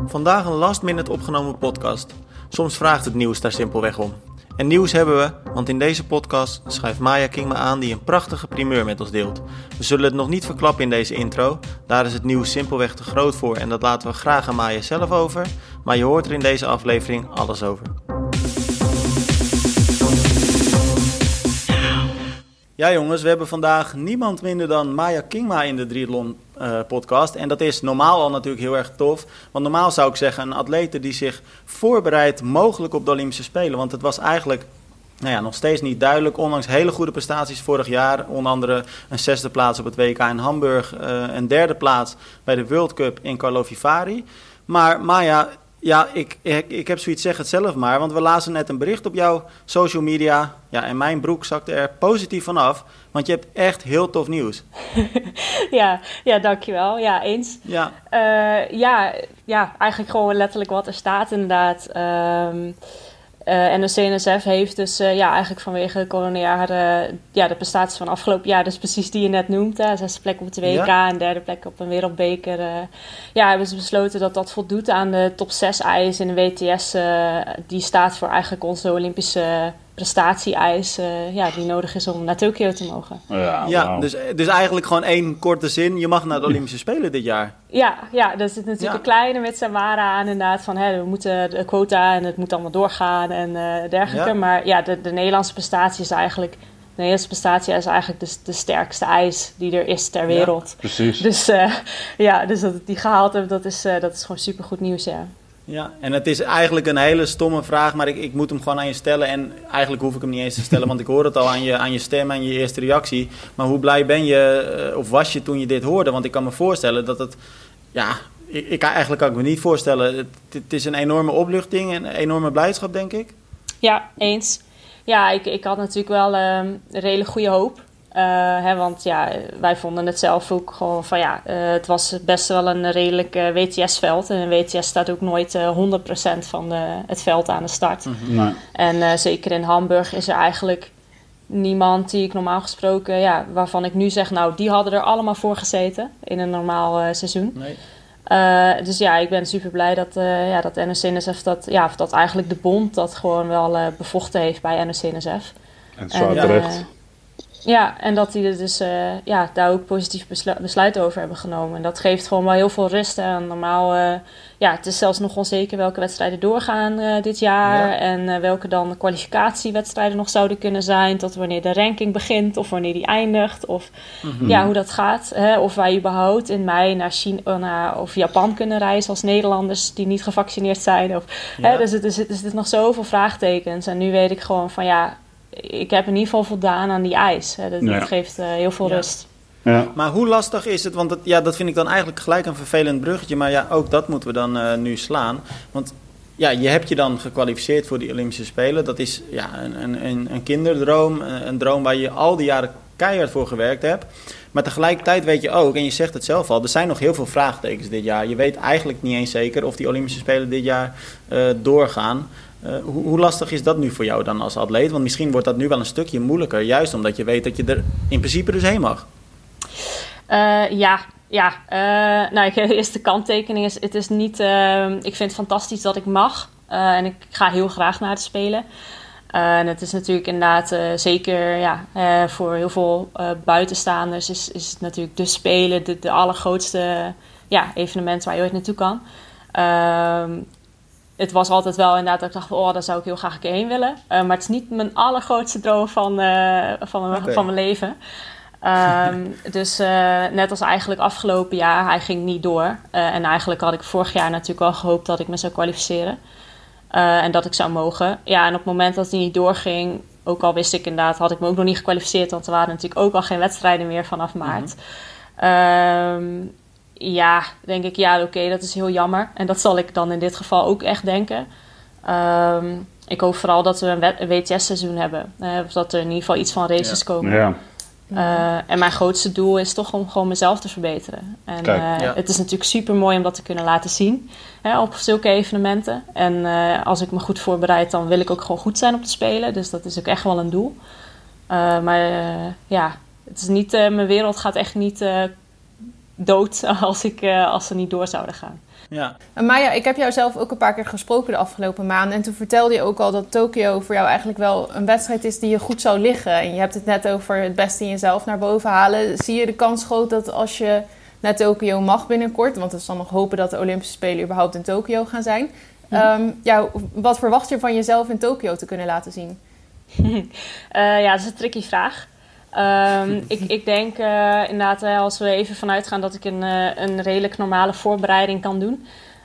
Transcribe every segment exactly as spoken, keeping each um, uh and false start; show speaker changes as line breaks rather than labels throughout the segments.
Vandaag een last minute opgenomen podcast. Soms vraagt het nieuws daar simpelweg om. En nieuws hebben we, want in deze podcast schuift Maya Kingma aan die een prachtige primeur met ons deelt. We zullen het nog niet verklappen in deze intro, daar is het nieuws simpelweg te groot voor en dat laten we graag aan Maya zelf over. Maar je hoort er in deze aflevering alles over. Ja jongens, we hebben vandaag niemand minder dan Maya Kingma in de Triathlon uh, podcast. En dat is normaal al natuurlijk heel erg tof. Want normaal zou ik zeggen een atlete die zich voorbereidt mogelijk op de Olympische Spelen. Want het was eigenlijk nou ja, nog steeds niet duidelijk. Ondanks hele goede prestaties vorig jaar. Onder andere een zesde plaats op het W K in Hamburg. Uh, een derde plaats bij de World Cup in Karlovy Vary. Maar Maya... Ja, ik, ik, ik heb zoiets, zeg het zelf maar, want we lazen net een bericht op jouw social media. Ja, en mijn broek zakte er positief vanaf, want je hebt echt heel tof nieuws.
ja, ja, dankjewel. Ja, eens.
Ja.
Uh, ja, ja, eigenlijk gewoon letterlijk wat er staat inderdaad. Um, Uh, en de C N S F heeft dus uh, ja, eigenlijk vanwege de coloniale uh, ja, de prestaties van afgelopen jaar, dus precies die je net noemt, hè, zesde plek op het W K ja. en derde plek op een wereldbeker. Uh, ja, hebben ze besloten dat dat voldoet aan de top zes eis in de W T S. Uh, die staat voor eigenlijk onze Olympische prestatie-eis uh, ja, die nodig is om naar Tokio te mogen.
Ja, ja wow. dus, dus eigenlijk gewoon één korte zin. Je mag naar de Olympische Spelen dit jaar.
Ja, ja, er zit natuurlijk ja. een kleine met Samara aan inderdaad. Van hè, we moeten de quota en het moet allemaal doorgaan en uh, dergelijke. Ja. Maar ja, de, de Nederlandse prestatie is eigenlijk... De Nederlandse prestatie is eigenlijk de, de sterkste eis die er is ter wereld.
Ja, precies.
Dus uh, ja, dus dat ik die gehaald heb, dat is, uh, dat is gewoon supergoed nieuws, ja.
Ja, en het is eigenlijk een hele stomme vraag, maar ik, ik moet hem gewoon aan je stellen. En eigenlijk hoef ik hem niet eens te stellen, want ik hoor het al aan je, aan je stem en je eerste reactie. Maar hoe blij ben je, of was je toen je dit hoorde? Want ik kan me voorstellen dat het, ja, ik, ik eigenlijk kan ik me niet voorstellen. Het, het is een enorme opluchting en een enorme blijdschap, denk ik.
Ja, eens. Ja, ik, ik had natuurlijk wel um, een redelijk goede hoop. Uh, hè, want ja, wij vonden het zelf ook gewoon van ja, uh, het was best wel een redelijk uh, W T S-veld. En een W T S staat ook nooit uh, honderd procent van de, het veld aan de start.
Mm-hmm. Nee.
En uh, zeker in Hamburg is er eigenlijk niemand die ik normaal gesproken, ja, waarvan ik nu zeg, nou, die hadden er allemaal voor gezeten in een normaal uh, seizoen.
Nee.
Uh, dus ja, ik ben super blij dat, uh, ja, dat N O C N S F dat, ja, of dat eigenlijk de bond dat gewoon wel uh, bevochten heeft bij N O C N S F.
En zwaar terecht. Uh,
Ja, en dat die er dus uh, ja, daar ook positief beslu- besluit over hebben genomen. En dat geeft gewoon wel heel veel rust. En normaal, uh, ja, het is zelfs nog onzeker welke wedstrijden doorgaan uh, dit jaar. Ja. En uh, welke dan de kwalificatiewedstrijden nog zouden kunnen zijn. Tot wanneer de ranking begint of wanneer die eindigt. Of mm-hmm. ja, hoe dat gaat. Hè? Of wij überhaupt in mei naar China naar, of Japan kunnen reizen als Nederlanders die niet gevaccineerd zijn. Of, ja. hè? Dus er zitten dus, dus nog zoveel vraagtekens. En nu weet ik gewoon van ja... Ik heb in ieder geval voldaan aan die eis. Hè. Dat, ja. dat geeft uh, heel veel
ja.
rust.
Ja. Maar hoe lastig is het? Want het, ja, dat vind ik dan eigenlijk gelijk een vervelend bruggetje. Maar ja, ook dat moeten we dan uh, nu slaan. Want ja, je hebt je dan gekwalificeerd voor die Olympische Spelen. Dat is ja, een, een, een kinderdroom. Een droom waar je al die jaren keihard voor gewerkt hebt. Maar tegelijkertijd weet je ook, en je zegt het zelf al... er zijn nog heel veel vraagtekens dit jaar. Je weet eigenlijk niet eens zeker of die Olympische Spelen dit jaar uh, doorgaan... Uh, hoe, hoe lastig is dat nu voor jou dan als atleet? Want misschien wordt dat nu wel een stukje moeilijker. Juist omdat je weet dat je er in principe dus heen mag.
Uh, ja, ja. Uh, nou, de eerste kanttekening is... Het is niet, uh, ik vind het fantastisch dat ik mag. Uh, en ik ga heel graag naar het Spelen. Uh, en het is natuurlijk inderdaad uh, zeker... Ja, uh, voor heel veel uh, buitenstaanders is, is het natuurlijk de Spelen... de, de allergrootste ja, evenement waar je ooit naartoe kan. Uh, Het was altijd wel inderdaad dat ik dacht, oh, daar zou ik heel graag een keer heen willen. Uh, maar het is niet mijn allergrootste droom van, uh, van, mijn, okay. van mijn leven. Um, dus uh, net als eigenlijk afgelopen jaar, hij ging niet door. Uh, en eigenlijk had ik vorig jaar natuurlijk wel gehoopt dat ik me zou kwalificeren. Uh, en dat ik zou mogen. Ja, en op het moment dat hij niet doorging, ook al wist ik inderdaad, had ik me ook nog niet gekwalificeerd. Want er waren natuurlijk ook al geen wedstrijden meer vanaf maart. Mm-hmm. Um, Ja, denk ik, ja, oké, okay, dat is heel jammer. En dat zal ik dan in dit geval ook echt denken. Um, ik hoop vooral dat we een W T S-seizoen hebben. Uh, of dat er in ieder geval iets van races ja. komen.
Ja.
Uh, en mijn grootste doel is toch om gewoon mezelf te verbeteren. En uh, ja. het is natuurlijk super mooi om dat te kunnen laten zien. Hè, op zulke evenementen. En uh, als ik me goed voorbereid, dan wil ik ook gewoon goed zijn op de Spelen. Dus dat is ook echt wel een doel. Uh, maar uh, ja, het is niet, uh, mijn wereld gaat echt niet... Uh, dood als, ik, uh, als ze niet door zouden gaan.
Ja.
En Maya, ik heb jou zelf ook een paar keer gesproken de afgelopen maanden. En toen vertelde je ook al dat Tokio voor jou eigenlijk wel een wedstrijd is die je goed zou liggen. En je hebt het net over het beste in jezelf naar boven halen. Zie je de kans groot dat als je naar Tokio mag binnenkort, want het is dan nog hopen dat de Olympische Spelen überhaupt in Tokio gaan zijn. Ja. Um, ja, wat verwacht je van jezelf in Tokio te kunnen laten zien?
uh, ja, dat is een tricky vraag. Um, ik, ik denk uh, inderdaad, uh, als we even vanuit gaan dat ik een, uh, een redelijk normale voorbereiding kan doen.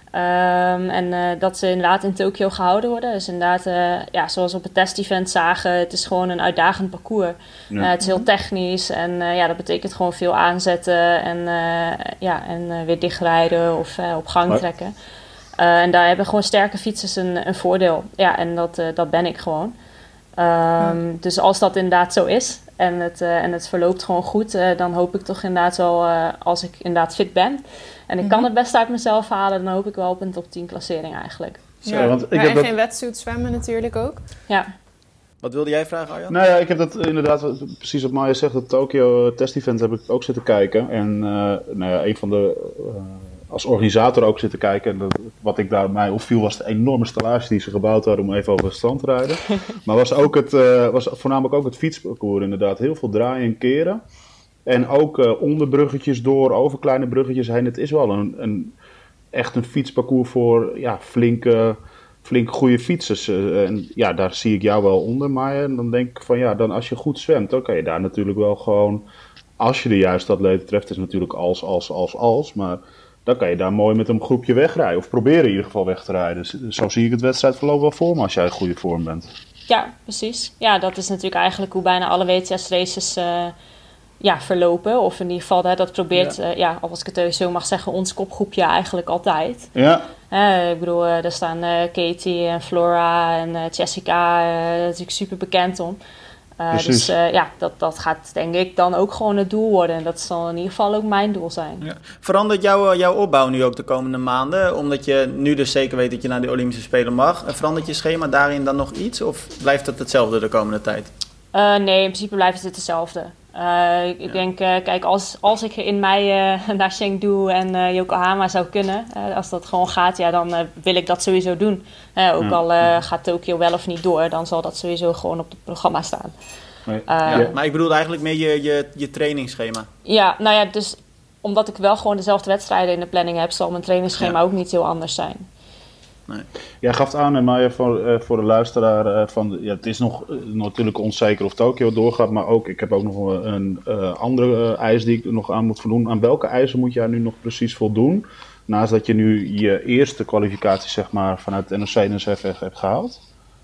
Um, en uh, dat ze inderdaad in Tokio gehouden worden. Dus inderdaad, uh, ja, zoals we op het test-event zagen, het is gewoon een uitdagend parcours. Ja. Uh, het is heel technisch en uh, ja, dat betekent gewoon veel aanzetten en, uh, ja, en uh, weer dichtrijden of uh, op gang trekken. Uh, en daar hebben gewoon sterke fietsers een, een voordeel. Ja, en dat, uh, dat ben ik gewoon. Um, ja. Dus als dat inderdaad zo is en het, uh, en het verloopt gewoon goed, uh, dan hoop ik toch inderdaad wel, uh, als ik inderdaad fit ben en ik mm-hmm. kan het best uit mezelf halen, dan hoop ik wel op een top tien klassering eigenlijk.
Ja, ja, want ik ja, heb en dat... geen wetsuit zwemmen natuurlijk ook.
Ja.
Wat wilde jij vragen, Arjan?
Nou ja, ik heb dat inderdaad, precies wat Maya zegt, het Tokyo Test-event heb ik ook zitten kijken. En uh, nou ja, een van de, uh, als organisator ook zitten kijken. En dat, wat ik daar mij opviel was de enorme stallage die ze gebouwd hadden om even over het strand te rijden. Maar was, ook het, uh, was voornamelijk ook het fietsparcours inderdaad. Heel veel draaien en keren. En ook uh, onderbruggetjes door, over kleine bruggetjes heen. Het is wel een, een, echt een fietsparcours voor ja, flinke... flink goede fietsers. Uh, en ja, daar zie ik jou wel onder, Maya. En dan denk ik van ja, dan als je goed zwemt, dan kan je daar natuurlijk wel gewoon, als je de juiste atleten treft, is natuurlijk als, als, als, als, maar dan kan je daar mooi met een groepje wegrijden. Of proberen in ieder geval weg te rijden. Dus, zo zie ik het wedstrijdverloop wel voor me als jij in goede vorm bent.
Ja, precies. Ja, dat is natuurlijk eigenlijk hoe bijna alle W T S-races uh, ja, verlopen. Of in ieder geval, hè, dat probeert, ja. Uh, ja, als ik het even zo mag zeggen, ons kopgroepje eigenlijk altijd.
Ja.
Uh, ik bedoel, uh, daar staan uh, Katie en Flora en uh, Jessica, uh, daar is natuurlijk super bekend om. Uh, dus uh, ja, dat, dat gaat denk ik dan ook gewoon het doel worden. En dat zal in ieder geval ook mijn doel zijn. Ja.
Verandert jouw, jouw opbouw nu ook de komende maanden? Omdat je nu dus zeker weet dat je naar de Olympische Spelen mag. Verandert je schema daarin dan nog iets? Of blijft het hetzelfde de komende tijd?
Uh, nee, in principe blijft het hetzelfde. Uh, ik ja. denk, uh, kijk, als, als ik in mei uh, naar Chengdu en uh, Yokohama zou kunnen, uh, als dat gewoon gaat, ja, dan uh, wil ik dat sowieso doen. Uh, ook ja. al uh, gaat Tokio wel of niet door, dan zal dat sowieso gewoon op het programma staan.
Nee. Uh, ja, maar ik bedoel eigenlijk meer je, je, je trainingsschema.
Ja, nou ja, dus omdat ik wel gewoon dezelfde wedstrijden in de planning heb, zal mijn trainingsschema ja. ook niet heel anders zijn.
Nee. Jij gaf aan, Maya, voor, uh, voor de luisteraar, uh, van, ja, het is nog uh, natuurlijk onzeker of Tokio doorgaat, maar ook, ik heb ook nog een, een uh, andere uh, eis die ik nog aan moet voldoen. Aan welke eisen moet jij nu nog precies voldoen, naast dat je nu je eerste kwalificatie, zeg maar, vanuit het N O C N S F hebt gehaald?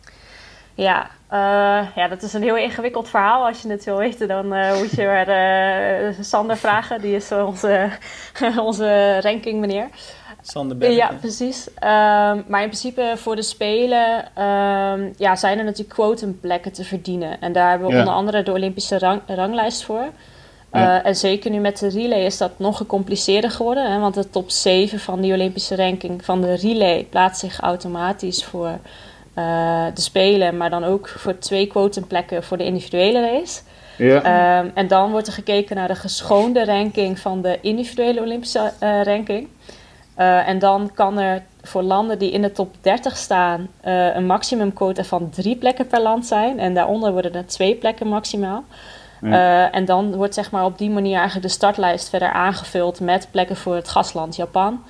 Ja, uh, ja, dat is een heel ingewikkeld verhaal. Als je het wil weten, dan uh, moet je maar uh, Sander vragen. Die is onze, onze ranking meneer.
Sander Bergen.
Ja, precies. Um, maar in principe voor de Spelen um, ja, zijn er natuurlijk quotumplekken te verdienen. En daar hebben we ja. onder andere de Olympische rang, ranglijst voor. Ja. Uh, en zeker nu met de relay is dat nog gecompliceerder geworden. Hè, want de top zeven van die Olympische ranking van de relay plaatst zich automatisch voor uh, de Spelen. Maar dan ook voor twee quotumplekken voor de individuele race. Ja. Um, en dan wordt er gekeken naar de geschoonde ranking van de individuele Olympische uh, ranking. Uh, en dan kan er voor landen die in de top dertig staan uh, een maximumquota van drie plekken per land zijn. En daaronder worden er twee plekken maximaal. Ja. Uh, en dan wordt zeg maar op die manier eigenlijk de startlijst verder aangevuld met plekken voor het gastland Japan.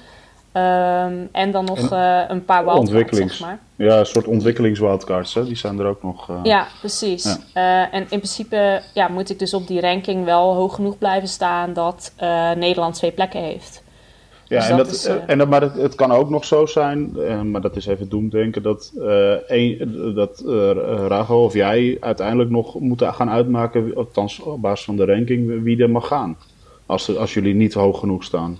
Um, en dan nog uh, een paar wildcards, zeg maar.
Ja, een soort ontwikkelingswildcards, hè? Die zijn er ook nog. Uh...
Ja, precies. Ja. Uh, en in principe ja, moet ik dus op die ranking wel hoog genoeg blijven staan dat uh, Nederland twee plekken heeft.
Ja, dus en, dat, dat is, uh... en dat, maar het, het kan ook nog zo zijn, uh, maar dat is even doemdenken, dat, uh, een, dat uh, Rago of jij uiteindelijk nog moeten gaan uitmaken, althans op basis van de ranking, wie er mag gaan. Als, als jullie niet hoog genoeg staan.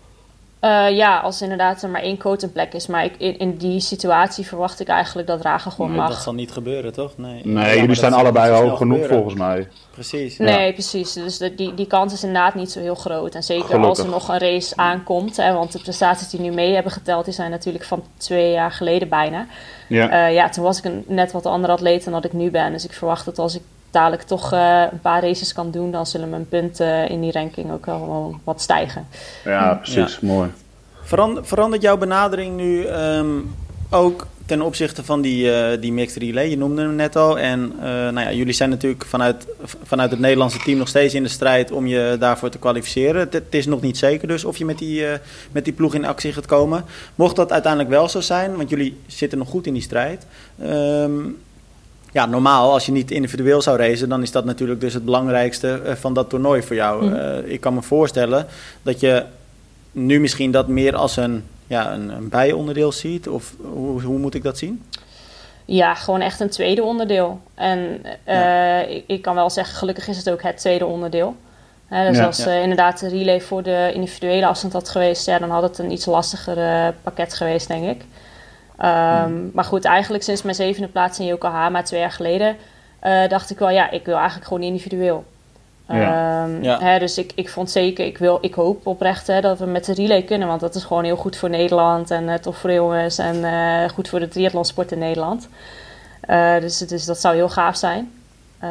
Uh, ja, als inderdaad er maar één quotumplek is. Maar ik, in, in die situatie verwacht ik eigenlijk dat Raga gewoon
nee,
mag.
Dat zal niet gebeuren, toch? Nee,
nee ja, jullie zijn allebei hoog genoeg gebeuren. Volgens mij.
Precies.
Nee,
ja.
precies. Dus de, die, die kans is inderdaad niet zo heel groot. En zeker Gelukkig. Als er nog een race aankomt. Hè, want de prestaties die nu mee hebben geteld, die zijn natuurlijk van twee jaar geleden bijna. Ja, uh, ja toen was ik een net wat andere atleet dan dat ik nu ben. Dus ik verwacht dat als ik dadelijk toch uh, een paar races kan doen, dan zullen mijn punten uh, in die ranking ook wel wat stijgen.
Ja, precies. Ja. Mooi.
Verand, verandert jouw benadering nu um, ook ten opzichte van die, uh, die mixed relay? Je noemde hem net al. En uh, nou ja, jullie zijn natuurlijk vanuit, vanuit het Nederlandse team nog steeds in de strijd om je daarvoor te kwalificeren. Het, het is nog niet zeker dus of je met die, uh, met die ploeg in actie gaat komen. Mocht dat uiteindelijk wel zo zijn, want jullie zitten nog goed in die strijd. Um, ja, normaal, als je niet individueel zou racen, dan is dat natuurlijk dus het belangrijkste uh, van dat toernooi voor jou. Mm. Uh, ik kan me voorstellen dat je nu misschien dat meer als een, ja, een, een bijonderdeel ziet. Of hoe, hoe moet ik dat zien?
Ja, gewoon echt een tweede onderdeel. En uh, ja. ik, ik kan wel zeggen, gelukkig is het ook het tweede onderdeel. He, dus ja, als ja. Uh, inderdaad de relay voor de individuele afstand had geweest, ja, dan had het een iets lastiger uh, pakket geweest, denk ik. Um, hmm. Maar goed, eigenlijk sinds mijn zevende plaats in Yokohama twee jaar geleden, uh, dacht ik wel, ja, ik wil eigenlijk gewoon individueel. Ja. Um, ja. Hè, dus ik, ik vond zeker, ik, wil, ik hoop oprecht hè, dat we met de relay kunnen, want dat is gewoon heel goed voor Nederland en uh, tof voor jongens en uh, goed voor de triathlonsport in Nederland. Uh, dus, dus dat zou heel gaaf zijn. Uh,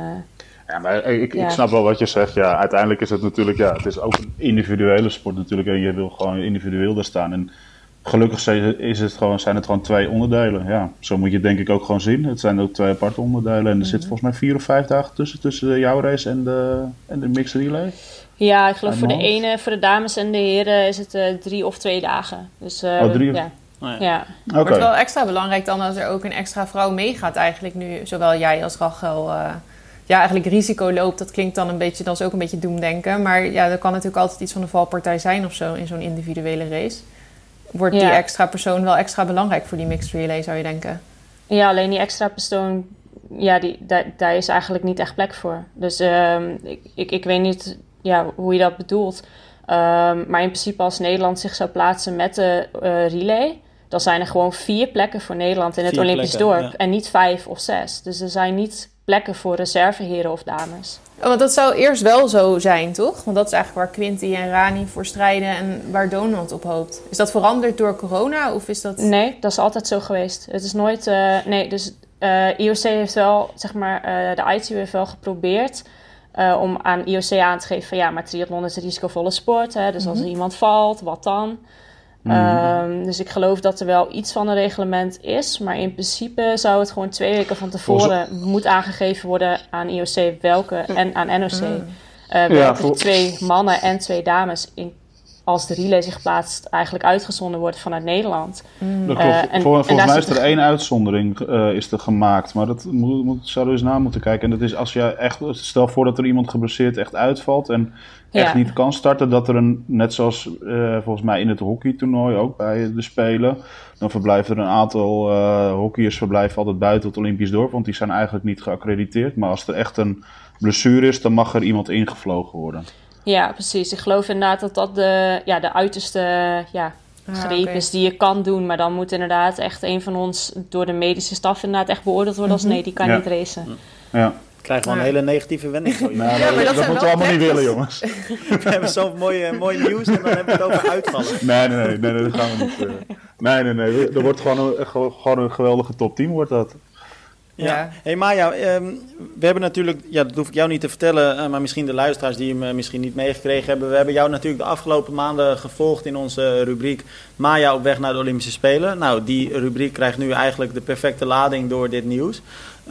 ja, maar ik, ja. ik snap wel wat je zegt. Ja, uiteindelijk is het natuurlijk, ja, het is ook een individuele sport natuurlijk en je wil gewoon individueel daar staan. En gelukkig is het gewoon, zijn het gewoon twee onderdelen. Ja, zo moet je het denk ik ook gewoon zien. Het zijn ook twee aparte onderdelen. En er mm-hmm. zit volgens mij vier of vijf dagen tussen, tussen jouw race en de, en de mixed relay.
Ja, ik geloof voor de ene, voor de dames en de heren is het uh, drie of twee dagen. Dus, uh,
oh, drie of...
Ja.
Oh, ja.
Ja.
Okay. Wordt wel extra belangrijk dan als er ook een extra vrouw meegaat eigenlijk nu. Zowel jij als Rachel uh, ja, eigenlijk risico loopt. Dat klinkt dan een beetje, dat is ook een beetje doemdenken. Maar ja, er kan natuurlijk altijd iets van de valpartij zijn of zo in zo'n individuele race. Wordt ja. die extra persoon wel extra belangrijk voor die mixed relay, zou je denken?
Ja, alleen die extra persoon, ja, die, daar, daar is eigenlijk niet echt plek voor. Dus um, ik, ik, ik weet niet ja, hoe je dat bedoelt. Um, maar in principe als Nederland zich zou plaatsen met de uh, relay, dan zijn er gewoon vier plekken voor Nederland in het vier Olympisch plekken, dorp. Ja. En niet vijf of zes. Dus er zijn niet plekken voor reserveheren of dames.
Oh, want dat zou eerst wel zo zijn, toch? Want dat is eigenlijk waar Quinty en Rani voor strijden en waar Donald op hoopt. Is dat veranderd door corona of is dat...
Nee, dat is altijd zo geweest. Het is nooit... Uh, nee, dus uh, I O C heeft wel, zeg maar, uh, de I T U heeft wel geprobeerd uh, om aan I O C aan te geven van ja, maar triathlon is een risicovolle sport. Hè, dus mm-hmm. als er iemand valt, wat dan? Mm-hmm. Um, dus ik geloof dat er wel iets van een reglement is. Maar in principe zou het gewoon twee weken van tevoren Volgens... moet aangegeven worden aan I O C welke en aan N O C. Mm. Uh, welke ja, vol... twee mannen en twee dames in, als de relay zich plaatst eigenlijk uitgezonden wordt vanuit Nederland.
Mm. Dat klopt. Uh, en, Vol, volgens en mij is er één uitzondering uh, is er gemaakt. Maar dat moet, moet, zouden we eens na moeten kijken. En dat is als je echt, stel voor dat er iemand geblesseerd echt uitvalt en echt ja. niet kan starten, dat er een, net zoals uh, volgens mij in het hockeytoernooi ook bij de Spelen, dan verblijven er een aantal uh, hockeyers verblijven altijd buiten het Olympisch dorp, want die zijn eigenlijk niet geaccrediteerd. Maar als er echt een blessure is, dan mag er iemand ingevlogen worden.
Ja, precies. Ik geloof inderdaad dat dat de, ja, de uiterste ja, greep ah, okay. is die je kan doen. Maar dan moet inderdaad echt een van ons door de medische staf inderdaad echt beoordeeld worden als nee, die kan ja. niet racen.
Ja.
Krijgen we een ja. hele negatieve wending.
Nou, ja, maar dat, dat moeten we allemaal niet willen, jongens.
We hebben zo'n mooi, mooi nieuws en dan hebben we het over uitvallen.
Nee, nee, nee, nee, nee dat gaan we niet. Uh, nee, nee, nee. Er wordt gewoon een, gewoon een geweldige top team, wordt dat.
Ja. ja. Hey Maya, um, we hebben natuurlijk, ja, dat hoef ik jou niet te vertellen, uh, maar misschien de luisteraars die hem uh, misschien niet meegekregen hebben. We hebben jou natuurlijk de afgelopen maanden gevolgd in onze rubriek Maya op weg naar de Olympische Spelen. Nou, die rubriek krijgt nu eigenlijk de perfecte lading door dit nieuws.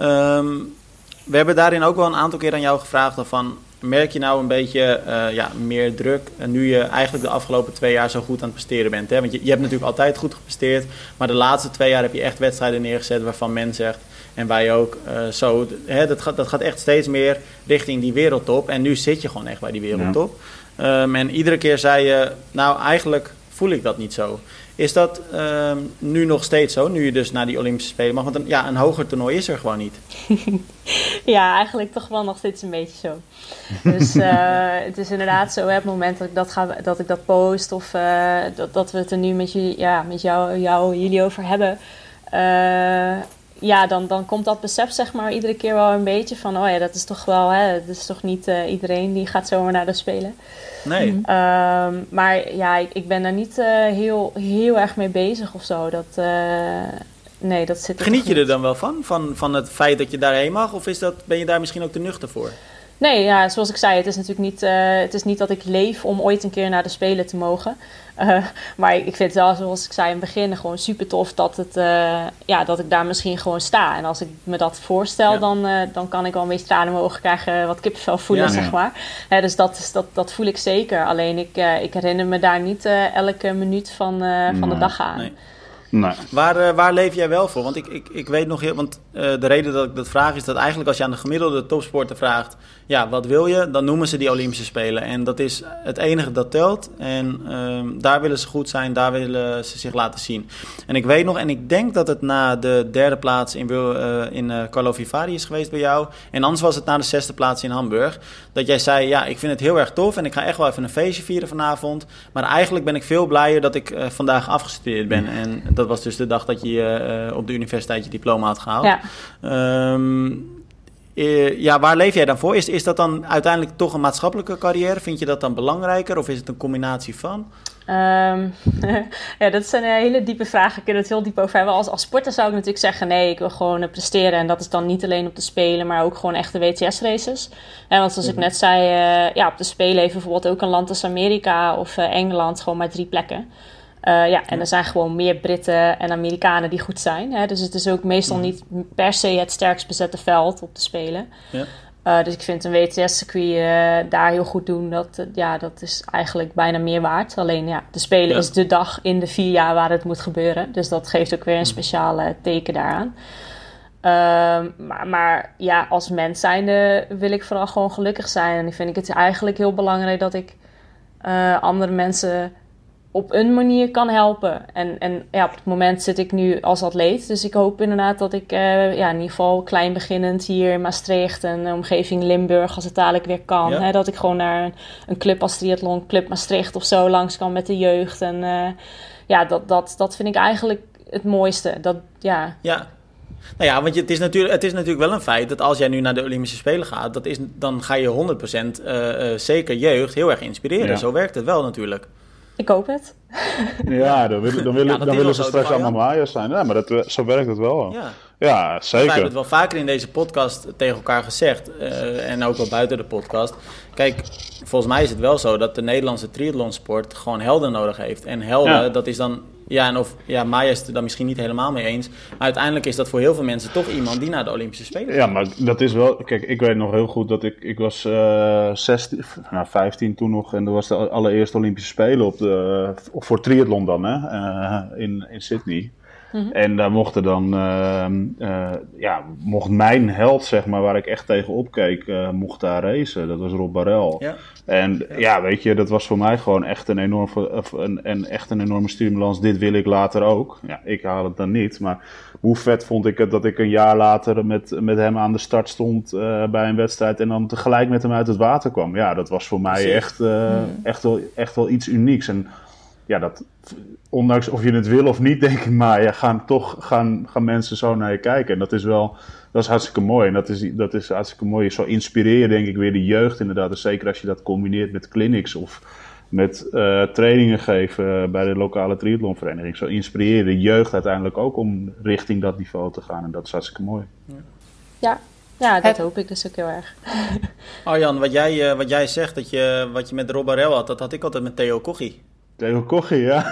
Um, we hebben daarin ook wel een aantal keer aan jou gevraagd van, merk je nou een beetje uh, ja, meer druk uh, nu je eigenlijk de afgelopen twee jaar zo goed aan het presteren bent? Hè? Want je, je hebt natuurlijk altijd goed gepresteerd, maar de laatste twee jaar heb je echt wedstrijden neergezet waarvan men zegt, en wij ook, uh, zo, hè, dat, gaat, dat gaat echt steeds meer richting die wereldtop. En nu zit je gewoon echt bij die wereldtop. Ja. Um, en iedere keer zei je, nou eigenlijk voel ik dat niet zo. Is dat um, nu nog steeds zo, nu je dus naar die Olympische Spelen mag? Want een, ja, een hoger toernooi is er gewoon niet.
Ja, eigenlijk toch wel nog steeds een beetje zo. Dus uh, het is inderdaad zo, hè, op het moment dat ik dat, ga, dat, ik dat post of uh, dat, dat we het er nu met, je, ja, met jou, jou, jullie over hebben. Uh, ja, dan, dan komt dat besef zeg maar iedere keer wel een beetje van, oh ja, dat is toch wel, hè, dat is toch niet uh, iedereen die gaat zomaar naar de Spelen.
Nee.
Um, maar ja, ik, ik ben daar niet uh, heel, heel erg mee bezig of zo. Dat, uh, nee, dat zit er
Geniet je
niet.
er dan wel van, van? Van het feit dat je daarheen mag? Of is dat, ben je daar misschien ook te nuchter voor?
Nee, ja, zoals ik zei, het is natuurlijk niet, uh, het is niet dat ik leef om ooit een keer naar de Spelen te mogen. Uh, maar ik vind het wel, zoals ik zei in het begin, gewoon super tof dat, het, uh, ja, dat ik daar misschien gewoon sta. En als ik me dat voorstel, ja. dan, uh, dan kan ik wel een beetje tranen in mijn ogen krijgen, wat kippenvel voelen, ja, zeg ja. maar. Uh, dus dat, is, dat, dat voel ik zeker. Alleen ik, uh, ik herinner me daar niet uh, elke minuut van, uh, nee. van de dag aan.
Nee. Nee. Waar, uh, waar leef jij wel voor? Want ik, ik, ik weet nog heel... Want uh, de reden dat ik dat vraag is dat eigenlijk als je aan de gemiddelde topsporter vraagt... Ja, wat wil je? Dan noemen ze die Olympische Spelen. En dat is het enige dat telt. En uh, daar willen ze goed zijn. Daar willen ze zich laten zien. En ik weet nog... En ik denk dat het na de derde plaats in, uh, in uh, Karlovy Vary is geweest bij jou. En anders was het na de zesde plaats in Hamburg. Dat jij zei, ja, ik vind het heel erg tof. En ik ga echt wel even een feestje vieren vanavond. Maar eigenlijk ben ik veel blijer dat ik uh, vandaag afgestudeerd ben. En dat was dus de dag dat je uh, op de universiteit je diploma had gehaald.
Ja.
Um, uh, ja, waar leef jij dan voor? Is, is dat dan uiteindelijk toch een maatschappelijke carrière? Vind je dat dan belangrijker? Of is het een combinatie van?
Um, ja, dat is een hele diepe vraag. Ik kan het heel diep over hebben. Als, als sporter zou ik natuurlijk zeggen, nee, ik wil gewoon uh, presteren. En dat is dan niet alleen op de Spelen, maar ook gewoon echte W T S-races. En want zoals ik net zei, uh, ja, op de Spelen heeft bijvoorbeeld ook een land als Amerika of uh, Engeland gewoon maar drie plekken. Uh, ja, en er zijn gewoon meer Britten en Amerikanen die goed zijn. Hè? Dus het is ook meestal niet per se het sterkst bezette veld op de Spelen. Ja. Uh, dus ik vind een W T S-circuit uh, daar heel goed doen. Dat, uh, ja, dat is eigenlijk bijna meer waard. Alleen ja, de Spelen ja. is de dag in de vier jaar waar het moet gebeuren. Dus dat geeft ook weer een speciale teken daaraan. Uh, maar, maar ja, als mens zijnde wil ik vooral gewoon gelukkig zijn. En ik vind het eigenlijk heel belangrijk dat ik uh, andere mensen op een manier kan helpen. En, en ja, op het moment zit ik nu als atleet. Dus ik hoop inderdaad dat ik uh, ja, in ieder geval klein beginnend hier in Maastricht en de omgeving Limburg, als het dadelijk weer kan. Ja. Hè, dat ik gewoon naar een, een club als Triathlon Club Maastricht of zo langs kan met de jeugd. En uh, ja, dat, dat, dat vind ik eigenlijk het mooiste. Dat, ja...
ja. Nou ja, want het is, natuurlijk, het is natuurlijk wel een feit dat als jij nu naar de Olympische Spelen gaat, dat is, dan ga je honderd procent uh, uh, zeker jeugd heel erg inspireren. Ja. Zo werkt het wel natuurlijk.
Ik hoop het.
Ja, dan willen, dan willen, ja, dan willen ze straks allemaal Maya's zijn. Ja, maar dat, zo werkt het wel.
Ja,
ja zeker.
We hebben het wel vaker in deze podcast tegen elkaar gezegd. Uh, en ook wel buiten de podcast. Kijk, volgens mij is het wel zo dat de Nederlandse triathlonsport gewoon helden nodig heeft. En helden, ja. dat is dan... Ja, en of ja, Maya is het er dan misschien niet helemaal mee eens. Maar uiteindelijk is dat voor heel veel mensen toch iemand die naar de Olympische Spelen
Ja, maar dat is wel... Kijk, ik weet nog heel goed dat ik... Ik was uh, zestien, nou, vijftien toen nog. En dat was de allereerste Olympische Spelen op de, voor triathlon dan, hè. Uh, in, in Sydney. Mm-hmm. En daar mochten dan... Uh, uh, ja, mocht mijn held, zeg maar, waar ik echt tegen opkeek, uh, mocht daar racen. Dat was Rob Barel. Ja. En ja, weet je, dat was voor mij gewoon echt een, enorm, een, een, echt een enorme stimulans. Dit wil ik later ook. Ja, ik haal het dan niet. Maar hoe vet vond ik het dat ik een jaar later met, met hem aan de start stond uh, bij een wedstrijd. En dan tegelijk met hem uit het water kwam. Ja, dat was voor mij echt, uh, echt, wel, echt wel iets unieks. En ja, dat, ondanks of je het wil of niet, denk ik maar, ja, gaan toch gaan, gaan mensen zo naar je kijken. En dat is wel... Dat is hartstikke mooi en dat is, dat is hartstikke mooi. Zo inspireer je denk ik weer de jeugd inderdaad. Dus zeker als je dat combineert met clinics of met uh, trainingen geven bij de lokale triathlonvereniging. Zo inspireer je de jeugd uiteindelijk ook om richting dat niveau te gaan. En dat is hartstikke mooi.
Ja, ja dat Het... hoop ik dus ook heel erg.
Arjan, wat jij, uh, wat jij zegt, dat je, wat je met Rob Barel had, dat had ik altijd met Theo Koggi.
Theo Koggi, ja.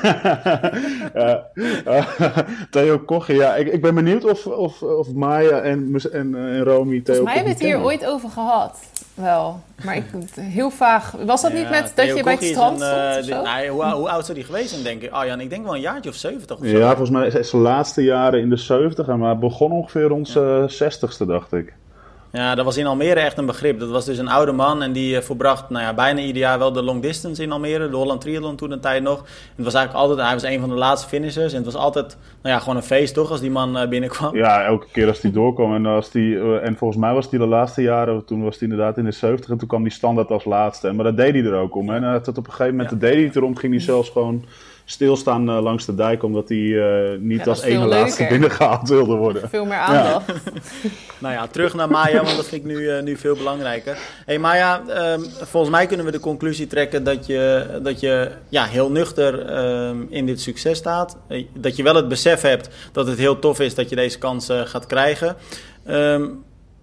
ja. Uh, Theo Koggi, ja. Ik, ik ben benieuwd of, of, of Maya en, en, en Romy Theo Koggi
Volgens mij hebben we het hier ooit over gehad. Wel. Maar ik, heel vaag. Was dat ja, niet met Theo dat je bij het strand een, stond? Uh,
de, nou, hoe, hoe oud zou die geweest zijn, denk ik? Arjan, ik denk wel een jaartje of zeventig of
zo. Ja, volgens mij is zijn laatste jaren in de zeventig. Maar begon ongeveer rond zijn ja. zestigste, dacht ik.
Ja, dat was in Almere echt een begrip. Dat was dus een oude man en die uh, volbracht nou ja, bijna ieder jaar wel de long distance in Almere. De Holland Triathlon toen een tijd nog. En het was eigenlijk altijd, hij was een van de laatste finishers. En het was altijd nou ja, gewoon een feest toch, als die man uh, binnenkwam.
Ja, elke keer als die doorkwam. En, als die, uh, en volgens mij was die de laatste jaren, toen was hij inderdaad in de zeventig. En toen kwam die standaard als laatste. Maar dat deed hij er ook om. En uh, tot op een gegeven moment, ja. dat deed hij het erom, ging hij zelfs gewoon... stilstaan uh, langs de dijk, omdat hij uh, niet
ja,
als ene
leuker.
laatste binnengehaald wilde worden.
Veel meer aandacht.
Ja. Nou ja, terug naar Maya, want dat vind ik nu, uh, nu veel belangrijker. Hey Maya, um, volgens mij kunnen we de conclusie trekken dat je, dat je ja, heel nuchter um, in dit succes staat. Uh, dat je wel het besef hebt dat het heel tof is dat je deze kans uh, gaat krijgen. Um,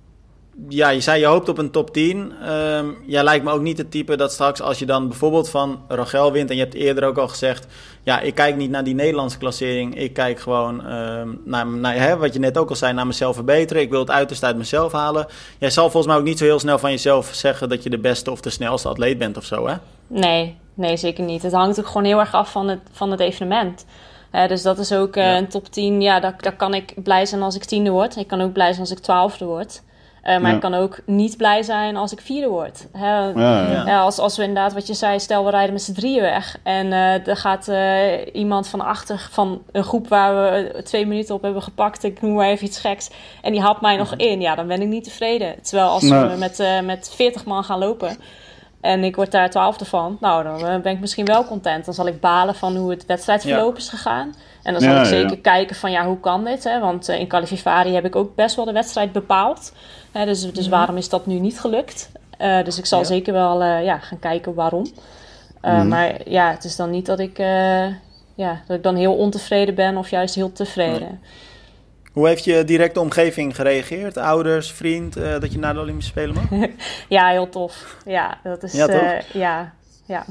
Ja, je zei je hoopt op een top tien. Um, jij lijkt me ook niet het type dat straks als je dan bijvoorbeeld van Rachel wint... en je hebt eerder ook al gezegd... ja, ik kijk niet naar die Nederlandse klassering. Ik kijk gewoon um, naar, naar hè, wat je net ook al zei, naar mezelf verbeteren. Ik wil het uiterste uit mezelf halen. Jij zal volgens mij ook niet zo heel snel van jezelf zeggen... dat je de beste of de snelste atleet bent of zo, hè?
Nee, nee, zeker niet. Het hangt ook gewoon heel erg af van het, van het evenement. Uh, dus dat is ook uh, ja. een top tien. Ja, daar, daar kan ik blij zijn als ik tiende word. Ik kan ook blij zijn als ik twaalfde word. Uh, maar ja. ik kan ook niet blij zijn als ik vierde word. Hè? Ja, ja. Ja, als, als we inderdaad, wat je zei, stel we rijden met z'n drieën weg. En uh, er gaat uh, iemand van achter van een groep waar we twee minuten op hebben gepakt. Ik noem maar even iets geks. En die hapt mij nog in. Ja, dan ben ik niet tevreden. Terwijl als nee. we met, uh, met veertig man gaan lopen... en ik word daar twaalfde van... nou, dan uh, ben ik misschien wel content. Dan zal ik balen van hoe het wedstrijdverloop ja. is gegaan... En dan zal ja, ik zeker ja. kijken van ja, hoe kan dit? Hè? Want uh, in Qualifivari heb ik ook best wel de wedstrijd bepaald. Hè? Dus, dus mm. waarom is dat nu niet gelukt? Uh, dus ik zal ja. zeker wel uh, ja, gaan kijken waarom. Uh, mm. Maar ja, het is dan niet dat ik, uh, ja, dat ik dan heel ontevreden ben of juist heel tevreden.
Nee. Hoe heeft je directe omgeving gereageerd? Ouders, vriend, uh, dat je naar de Olympische Spelen mag?
Ja, heel tof. Ja, dat is...
Ja, toch?
Uh, ja, ja.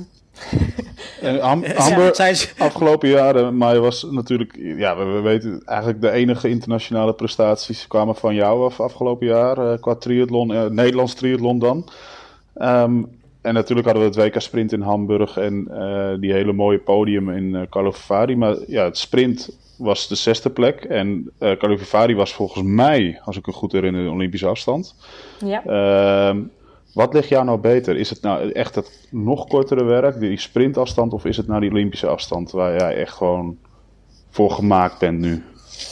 En Ham, Hamburg, ja. afgelopen jaren, maar je was natuurlijk, ja, we, we weten eigenlijk de enige internationale prestaties kwamen van jou af afgelopen jaar, uh, qua triathlon, uh, Nederlands triathlon dan. Um, en natuurlijk hadden we het W K Sprint in Hamburg en uh, die hele mooie podium in uh, Karlovy. Maar ja, het sprint was de zesde plek en uh, Karlovy was volgens mij, als ik me goed herinner, de Olympische afstand.
Ja.
Um, Wat ligt jou nou beter? Is het nou echt het nog kortere werk, die sprintafstand, of is het nou die Olympische afstand waar jij echt gewoon voor gemaakt bent nu?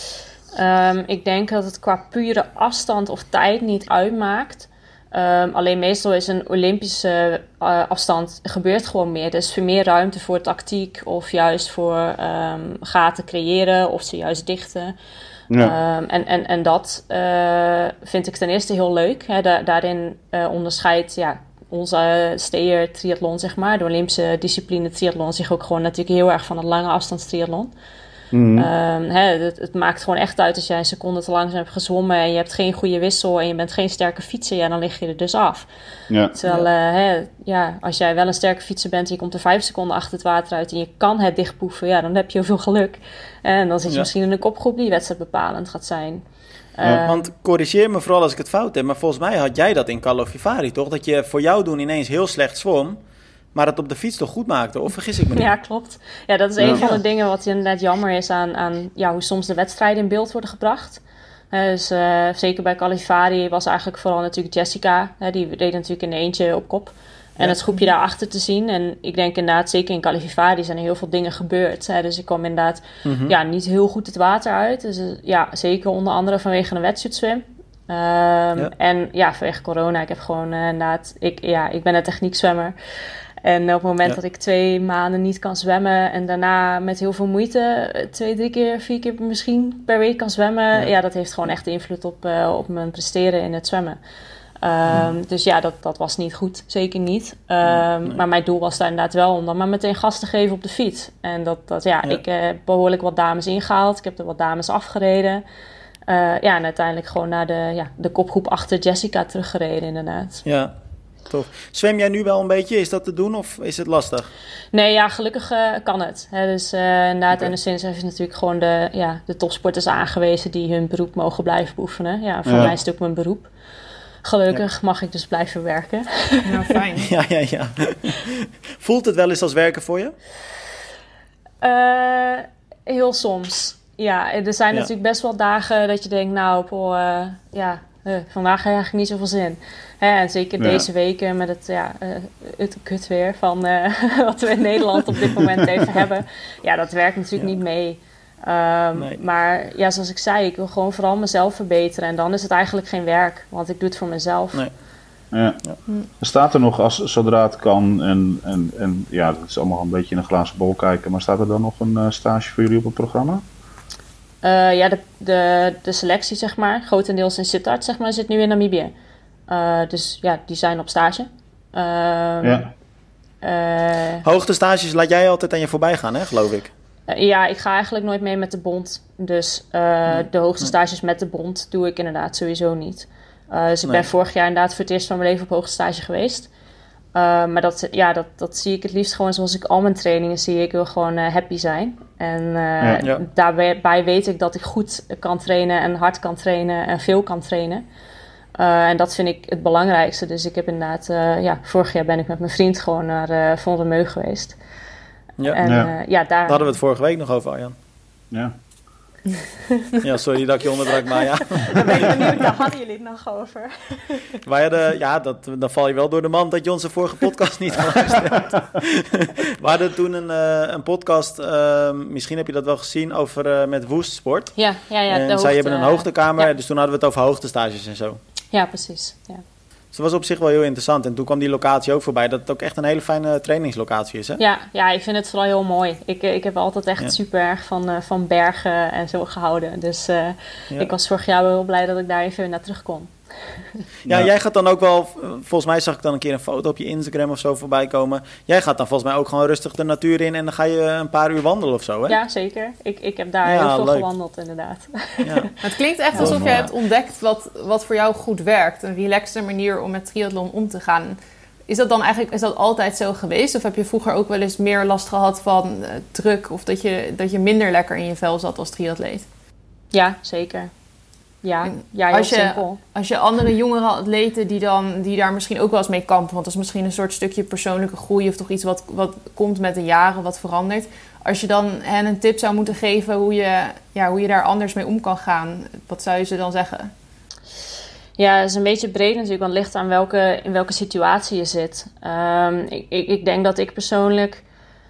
Um, ik denk dat het qua pure afstand of tijd niet uitmaakt. Um, alleen meestal is een Olympische uh, afstand gebeurt gewoon meer. Er is veel meer ruimte voor tactiek of juist voor um, gaten creëren of ze juist dichten. Ja. Um, en, en, en dat uh, vind ik ten eerste heel leuk. Hè. Da- daarin uh, onderscheidt ja, onze uh, steer triathlon, zeg maar, de Olympische discipline triathlon, zich ook gewoon natuurlijk heel erg van het lange afstands triathlon. Mm-hmm. Um, hè, het, het maakt gewoon echt uit als jij een seconde te langzaam hebt gezwommen en je hebt geen goede wissel en je bent geen sterke fietser, ja, dan lig je er dus af. Ja. Terwijl, uh, hè, ja, als jij wel een sterke fietser bent en je komt er vijf seconden achter het water uit en je kan het dichtpoeven, ja, dan heb je heel veel geluk. En dan zit je ja. misschien in een kopgroep die wedstrijd bepalend gaat zijn.
Ja, uh, want corrigeer me vooral als ik het fout heb, maar volgens mij had jij dat in Karlovy, toch? Dat je voor jou doen ineens heel slecht zwom, maar het op de fiets toch goed maakte, of vergis ik me niet?
Ja, klopt. Ja, dat is een ja. van de dingen wat inderdaad jammer is aan, aan ja, hoe soms de wedstrijden in beeld worden gebracht. Uh, dus uh, zeker bij Qualifivari was eigenlijk vooral natuurlijk Jessica, uh, die deed natuurlijk in eentje op kop. En ja. het groepje daarachter te zien. En ik denk inderdaad, zeker in Qualifivari zijn er heel veel dingen gebeurd. Hè. Dus ik kwam inderdaad mm-hmm. ja, niet heel goed het water uit. Dus uh, ja, zeker onder andere vanwege een wetsuit swim. Um, ja. En ja, vanwege corona. Ik heb gewoon uh, inderdaad... Ik, ja, ik ben een techniekzwemmer. En op het moment ja. dat ik twee maanden niet kan zwemmen en daarna met heel veel moeite twee, drie keer, vier keer misschien per week kan zwemmen, ja, ja dat heeft gewoon echt invloed op, uh, op mijn presteren in het zwemmen. Um, hmm. Dus ja, dat, dat was niet goed, zeker niet. Um, nee, nee. Maar mijn doel was daar inderdaad wel om dan maar meteen gas te geven op de fiets. En dat, dat ja, ja. ik heb uh, behoorlijk wat dames ingehaald, ik heb er wat dames afgereden. Uh, ja, en uiteindelijk gewoon naar de, ja, de kopgroep achter Jessica teruggereden inderdaad.
Ja. Tof. Zwem jij nu wel een beetje? Is dat te doen of is het lastig?
Nee, ja, gelukkig uh, kan het. He, dus uh, inderdaad, okay. N S F heeft natuurlijk gewoon de, ja, de topsporters aangewezen die hun beroep mogen blijven beoefenen. Ja, voor ja. mij is het ook mijn beroep. Gelukkig ja. mag ik dus blijven werken.
Nou, fijn.
ja, ja, ja. Voelt het wel eens als werken voor je?
Uh, heel soms. Ja, er zijn ja. natuurlijk best wel dagen dat je denkt, nou, Paul, uh, ja, uh, vandaag heb ik eigenlijk niet zoveel zin. Hè, en zeker ja. deze weken met het, ja, uh, het kutweer van uh, wat we in Nederland op dit moment even hebben. Ja, dat werkt natuurlijk ja. niet mee. Um, nee. Maar ja, zoals ik zei, ik wil gewoon vooral mezelf verbeteren. En dan is het eigenlijk geen werk, want ik doe het voor mezelf.
Nee.
Ja.
Ja.
Er staat er nog, als, zodra het kan, en, en, en ja, dat is allemaal een beetje in een glazen bol kijken, maar staat er dan nog een uh, stage voor jullie op het programma?
Uh, ja, de, de, de selectie, zeg maar, grotendeels in Sittard, zeg maar, zit nu in Namibië. Uh, dus ja, die zijn op stage. Uh,
ja.
Uh,
Hoogtestages laat jij altijd aan je voorbij gaan, hè, geloof ik?
Uh, ja, ik ga eigenlijk nooit mee met de bond. Dus uh, nee. de hoogste stages met de bond doe ik inderdaad sowieso niet. Uh, dus ik nee. ben vorig jaar inderdaad voor het eerst van mijn leven op hoogste stage geweest. Uh, maar dat, ja, dat, dat zie ik het liefst gewoon zoals ik al mijn trainingen zie. Ik wil gewoon uh, happy zijn. En uh, ja, ja. daarbij weet ik dat ik goed kan trainen en hard kan trainen en veel kan trainen. Uh, en dat vind ik het belangrijkste. Dus ik heb inderdaad, uh, ja, vorig jaar ben ik met mijn vriend gewoon naar uh, Vondelmeug geweest.
Ja.
En,
ja.
Uh, ja, daar...
daar hadden we het vorige week nog over, Arjan.
Ja.
Ja, sorry dat ik je onderbrak, Maya.
Daar ben ik benieuwd, daar hadden jullie het nog over.
Wij hadden, ja, dat, dan val je wel door de mand dat je onze vorige podcast niet geluisterd hebt. We hadden toen een, uh, een podcast, uh, misschien heb je dat wel gezien, over uh, met Woestsport.
Ja, ja, ja.
En zij
hoogte,
hebben een hoogtekamer,
ja.
Dus toen hadden we het over hoogtestages en zo.
Ja, precies, ja.
Dus dat was op zich wel heel interessant. En toen kwam die locatie ook voorbij, dat het ook echt een hele fijne trainingslocatie is, hè?
Ja, ja, ik vind het vooral heel mooi. Ik, ik heb altijd echt ja. super erg van, uh, van bergen en zo gehouden. Dus uh, ja. ik was vorig jaar wel heel blij dat ik daar even naar terug kon.
Ja, ja, jij gaat dan ook wel, volgens mij zag ik dan een keer een foto op je Instagram of zo voorbij komen. Jij gaat dan volgens mij ook gewoon rustig de natuur in en dan ga je een paar uur wandelen of zo, hè?
Ja, zeker. Ik, ik heb daar
ja,
heel veel
leuk.
gewandeld, inderdaad.
Ja. Het klinkt echt alsof ja, jij hebt ontdekt wat, wat voor jou goed werkt. Een relaxte manier om met triathlon om te gaan. Is dat dan eigenlijk is dat altijd zo geweest? Of heb je vroeger ook wel eens meer last gehad van uh, druk? Of dat je, dat je minder lekker in je vel zat als triatleet?
Ja, zeker. Ja, ja, heel
als je,
simpel.
Als je andere jongere atleten die, dan, die daar misschien ook wel eens mee kampen... want dat is misschien een soort stukje persoonlijke groei... of toch iets wat, wat komt met de jaren, wat verandert. Als je dan hen een tip zou moeten geven hoe je, ja, hoe je daar anders mee om kan gaan... wat zou je ze dan zeggen?
Ja, dat is een beetje breed natuurlijk, want het ligt aan welke, in welke situatie je zit. Um, ik, ik, ik denk dat ik persoonlijk...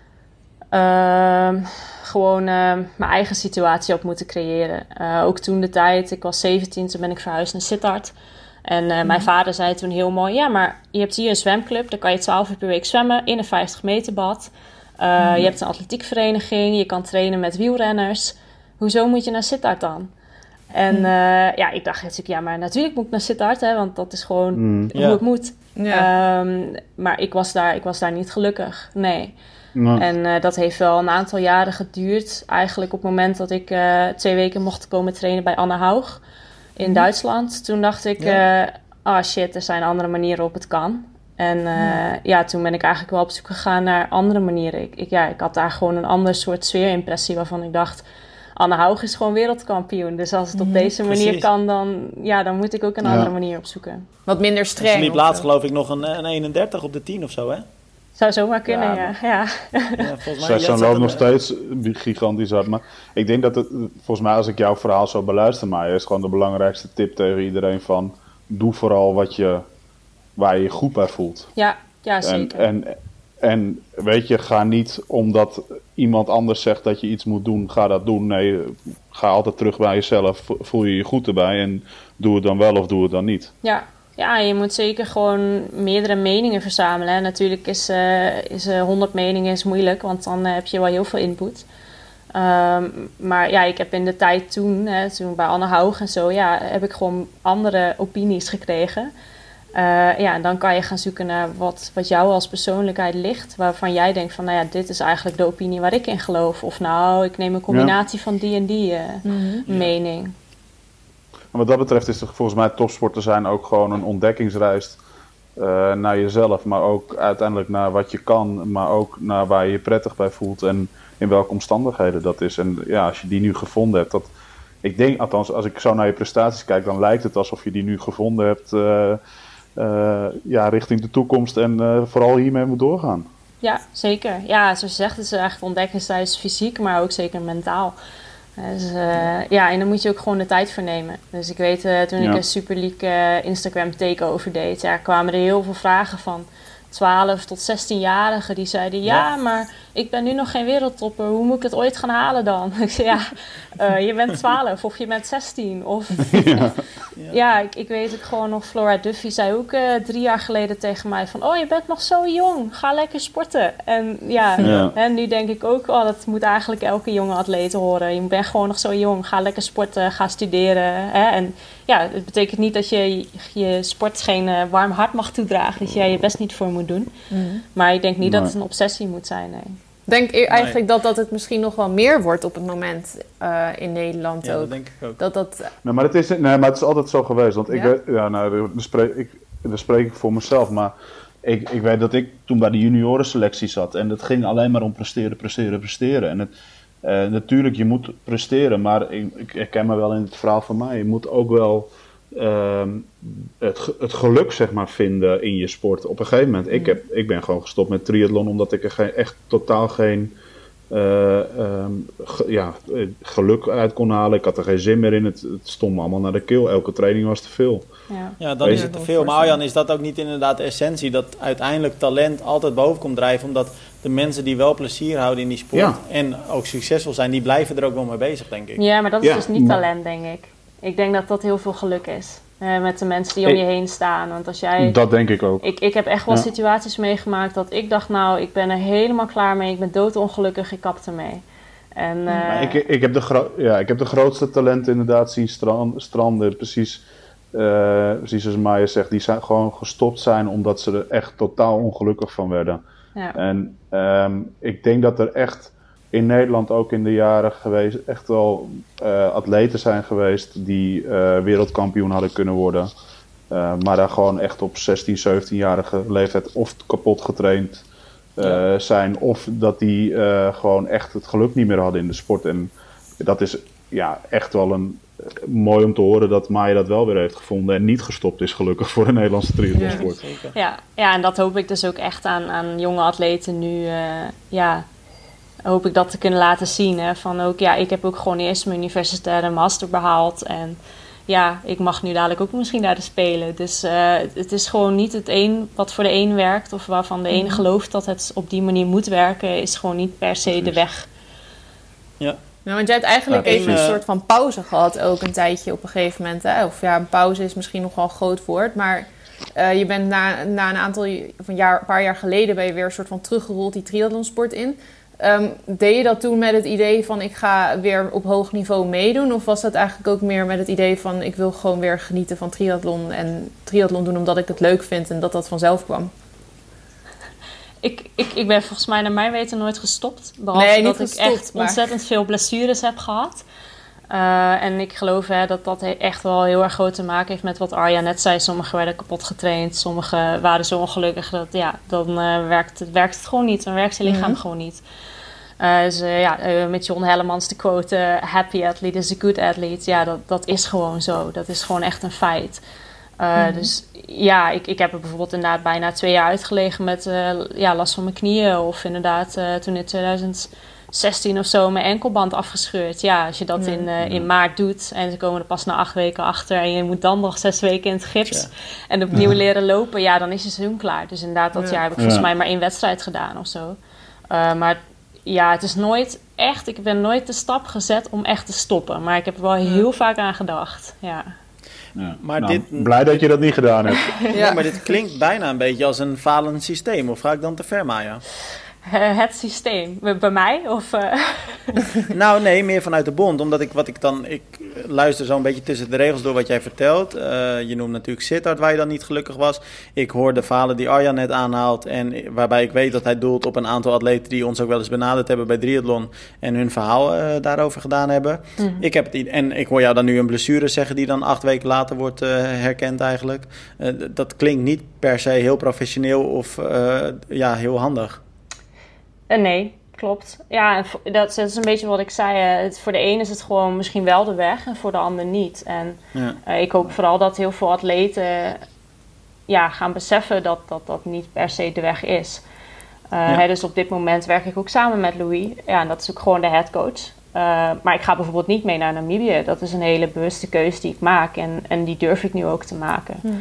Um, gewoon uh, mijn eigen situatie op moeten creëren. Uh, ook toen de tijd, ik was zeventien, toen ben ik verhuisd naar Sittard. En uh, mm. mijn vader zei toen heel mooi... ja, maar je hebt hier een zwemclub... dan kan je twaalf uur per week zwemmen in een vijftig meter bad. Uh, mm. Je hebt een atletiekvereniging... je kan trainen met wielrenners. Hoezo moet je naar Sittard dan? En uh, ja, ik dacht natuurlijk... ja, maar natuurlijk moet ik naar Sittard... hè, want dat is gewoon mm. hoe ja. het moet. Ja. Um, maar ik was, daar, ik was daar niet gelukkig, nee... Nee. En uh, dat heeft wel een aantal jaren geduurd. Eigenlijk op het moment dat ik uh, twee weken mocht komen trainen bij Anne Haug in mm. Duitsland. Toen dacht ik, ja. uh, oh shit, er zijn andere manieren waarop het kan. En uh, ja. ja, toen ben ik eigenlijk wel op zoek gegaan naar andere manieren. Ik, ik, ja, ik had daar gewoon een ander soort sfeerimpressie waarvan ik dacht... Anne Haug is gewoon wereldkampioen. Dus als het op mm. deze manier Precies. kan, dan, ja, dan moet ik ook een ja. andere manier opzoeken.
Wat minder streng.
Ze liep laatst geloof ik nog een, een eenendertig op de tien of zo, hè?
Zou zomaar kunnen, ja. ja. ja.
ja Zij zijn loopt nog steeds gigantisch hard. Maar ik denk dat het, volgens mij als ik jouw verhaal zo beluister, maar is gewoon de belangrijkste tip tegen iedereen van... doe vooral wat je, waar je je goed bij voelt.
Ja, ja zeker.
En, en, en weet je, ga niet omdat iemand anders zegt dat je iets moet doen, ga dat doen. Nee, ga altijd terug bij jezelf. Voel je je goed erbij en doe het dan wel of doe het dan niet.
Ja. Ja, je moet zeker gewoon meerdere meningen verzamelen. Hè. Natuurlijk is, uh, is uh, honderd meningen is moeilijk, want dan uh, heb je wel heel veel input. Um, maar ja, ik heb in de tijd toen, hè, toen bij Anne Haug en zo, ja, heb ik gewoon andere opinies gekregen. Uh, ja, en dan kan je gaan zoeken naar wat, wat jou als persoonlijkheid ligt. Waarvan jij denkt van, nou ja, dit is eigenlijk de opinie waar ik in geloof. Of nou, ik neem een combinatie ja. van die en die uh, mm-hmm. mening. Ja.
En wat dat betreft is er volgens mij topsporten zijn ook gewoon een ontdekkingsreis uh, naar jezelf. Maar ook uiteindelijk naar wat je kan, maar ook naar waar je je prettig bij voelt en in welke omstandigheden dat is. En ja, als je die nu gevonden hebt, dat, ik denk, althans als ik zo naar je prestaties kijk, dan lijkt het alsof je die nu gevonden hebt uh, uh, ja, richting de toekomst en uh, vooral hiermee moet doorgaan.
Ja, zeker. Ja, zoals je zegt, het is eigenlijk ontdekkingsreis fysiek, maar ook zeker mentaal. Dus, uh, ja, en dan moet je ook gewoon de tijd voor nemen. Dus ik weet, uh, toen ja. ik een Super League uh, Instagram takeover deed, ja, kwamen er heel veel vragen van twaalf tot zestienjarigen die zeiden, ja, ja, maar ik ben nu nog geen wereldtopper. Hoe moet ik het ooit gaan halen dan? Ik zei, ja, uh, je bent twaalf of je bent zestien. Of, ja, ja ik, ik weet het gewoon nog. Flora Duffy zei ook uh, drie jaar geleden tegen mij van... oh, je bent nog zo jong. Ga lekker sporten. En ja, ja. En nu denk ik ook... oh, dat moet eigenlijk elke jonge atleet horen. Je bent gewoon nog zo jong. Ga lekker sporten. Ga studeren. Hè? En ja, het betekent niet dat je je sport geen uh, warm hart mag toedragen. Dat jij je best niet voor moet doen. Mm. Maar ik denk niet nee. dat het een obsessie moet zijn, nee.
Ik denk e- eigenlijk nee. dat, dat het misschien nog wel meer wordt op het moment uh, in Nederland
ja,
ook.
dat denk ik ook.
Dat, dat...
Nee, maar het is, nee, maar het is altijd zo geweest. Want ja? ik weet, ja, nou, daar spreek ik, daar spreek ik voor mezelf. Maar ik, ik weet dat ik toen bij de juniorenselectie zat. En het ging alleen maar om presteren, presteren, presteren. En het, uh, natuurlijk, je moet presteren. Maar ik, ik herken me wel in het verhaal van mij. Je moet ook wel... Uh, het, het geluk zeg maar vinden in je sport. Op een gegeven moment, mm. ik, heb, ik ben gewoon gestopt met triathlon omdat ik er geen, echt totaal geen uh, um, ge, ja, geluk uit kon halen. Ik had er geen zin meer in. Het, het stond me allemaal naar de keel. Elke training was te veel.
Ja, ja dan Weet is het te veel. Maar Arjan, is dat ook niet inderdaad de essentie? Dat uiteindelijk talent altijd boven komt drijven. Omdat de mensen die wel plezier houden in die sport ja. en ook succesvol zijn, die blijven er ook wel mee bezig, denk ik.
Ja, maar dat is ja. dus niet talent, denk ik. Ik denk dat dat heel veel geluk is. Uh, met de mensen die om je heen staan. Want als jij...
Dat denk ik ook.
Ik, ik heb echt wel ja. situaties meegemaakt dat ik dacht... nou, ik ben er helemaal klaar mee. Ik ben doodongelukkig, ik kap ermee. En, uh...
ik, ik, heb de gro- ja, ik heb de grootste talenten inderdaad zien strand, stranden. Precies, uh, precies zoals Maya zegt. Die zijn gewoon gestopt zijn omdat ze er echt totaal ongelukkig van werden. Ja. En um, ik denk dat er echt... in Nederland ook in de jaren geweest echt wel uh, atleten zijn geweest die uh, wereldkampioen hadden kunnen worden. Uh, maar daar gewoon echt op zestien, zeventienjarige leeftijd of kapot getraind uh, ja. zijn. Of dat die uh, gewoon echt het geluk niet meer hadden in de sport. En dat is ja, echt wel een, uh, mooi om te horen dat Maya dat wel weer heeft gevonden. En niet gestopt is gelukkig voor de Nederlandse triathlonsport.
Ja, ja, ja, en dat hoop ik dus ook echt aan, aan jonge atleten nu. Uh, ja... hoop ik dat te kunnen laten zien. Hè? Van ook, ja, ik heb ook gewoon eerst mijn universitaire master behaald. En ja, ik mag nu dadelijk ook misschien naar de Spelen. Dus uh, het is gewoon niet het een wat voor de een werkt. Of waarvan de een mm-hmm. gelooft dat het op die manier moet werken. Is gewoon niet per se de weg.
Ja. Nou, want jij hebt eigenlijk ja, even een uh, soort van pauze gehad. Ook een tijdje op een gegeven moment. Hè? Of ja, een pauze is misschien nog wel een groot woord. Maar uh, je bent na, na een aantal van jaar, een paar jaar geleden... ben je weer een soort van teruggerold die triathlonsport in... Um, deed je dat toen met het idee van ik ga weer op hoog niveau meedoen? Of was dat eigenlijk ook meer met het idee van ik wil gewoon weer genieten van triathlon en triathlon doen omdat ik het leuk vind en dat dat vanzelf kwam?
Ik, ik, ik ben volgens mij naar mijn weten nooit gestopt. Behalve nee, dat gestopt, ik echt maar... ontzettend veel blessures heb gehad. Uh, en ik geloof hè, dat dat echt wel heel erg groot te maken heeft met wat Arja net zei. Sommigen werden kapot getraind, sommigen waren zo ongelukkig dat ja, dan uh, werkt, het, werkt het gewoon niet. Dan werkt je lichaam mm-hmm. gewoon niet. Uh, dus uh, ja, uh, met John Hellemans de quote, uh, happy athlete is a good athlete. Ja, dat, dat is gewoon zo. Dat is gewoon echt een feit. Uh, mm-hmm. Dus ja, ik, ik heb er bijvoorbeeld inderdaad bijna twee jaar uitgelegen met uh, ja, last van mijn knieën. Of inderdaad uh, toen in twintig zestien of zo mijn enkelband afgescheurd. Ja, als je dat ja. in, uh, in maart doet en ze komen er pas na acht weken achter en je moet dan nog zes weken in het gips ja. en opnieuw ja. leren lopen, ja, dan is je seizoen klaar. Dus inderdaad, dat ja. jaar heb ik volgens ja. mij maar één wedstrijd gedaan of zo. Uh, maar ja, het is nooit echt, ik ben nooit de stap gezet om echt te stoppen. Maar ik heb er wel heel ja. vaak aan gedacht, ja.
Ja. Maar nou, dit... Blij dat je dat niet gedaan hebt.
ja, maar dit klinkt bijna een beetje als een falend systeem. Of ga ik dan te ver, Maya?
Uh, het systeem. Bij mij? Of, uh...
nou, nee, meer vanuit de bond. Omdat ik wat ik dan... Ik luister zo een beetje tussen de regels door wat jij vertelt. Uh, je noemt natuurlijk Sittard, waar je dan niet gelukkig was. Ik hoor de verhalen die Arjan net aanhaalt. En waarbij ik weet dat hij doelt op een aantal atleten die ons ook wel eens benaderd hebben bij Triathlon. En hun verhaal uh, daarover gedaan hebben. Mm-hmm. Ik heb het, en ik hoor jou dan nu een blessure zeggen die dan acht weken later wordt uh, herkend eigenlijk. Uh, dat klinkt niet per se heel professioneel of uh, ja, heel handig.
Uh, nee, klopt. Ja, dat, dat is een beetje wat ik zei. Uh, het, voor de een is het gewoon misschien wel de weg en voor de ander niet. En ja. uh, ik hoop vooral dat heel veel atleten ja, gaan beseffen dat, dat dat niet per se de weg is. Uh, ja. hè, dus op dit moment werk ik ook samen met Louis. Ja, en dat is ook gewoon de headcoach. Uh, maar ik ga bijvoorbeeld niet mee naar Namibië. Dat is een hele bewuste keuze die ik maak. En, en die durf ik nu ook te maken. Hmm.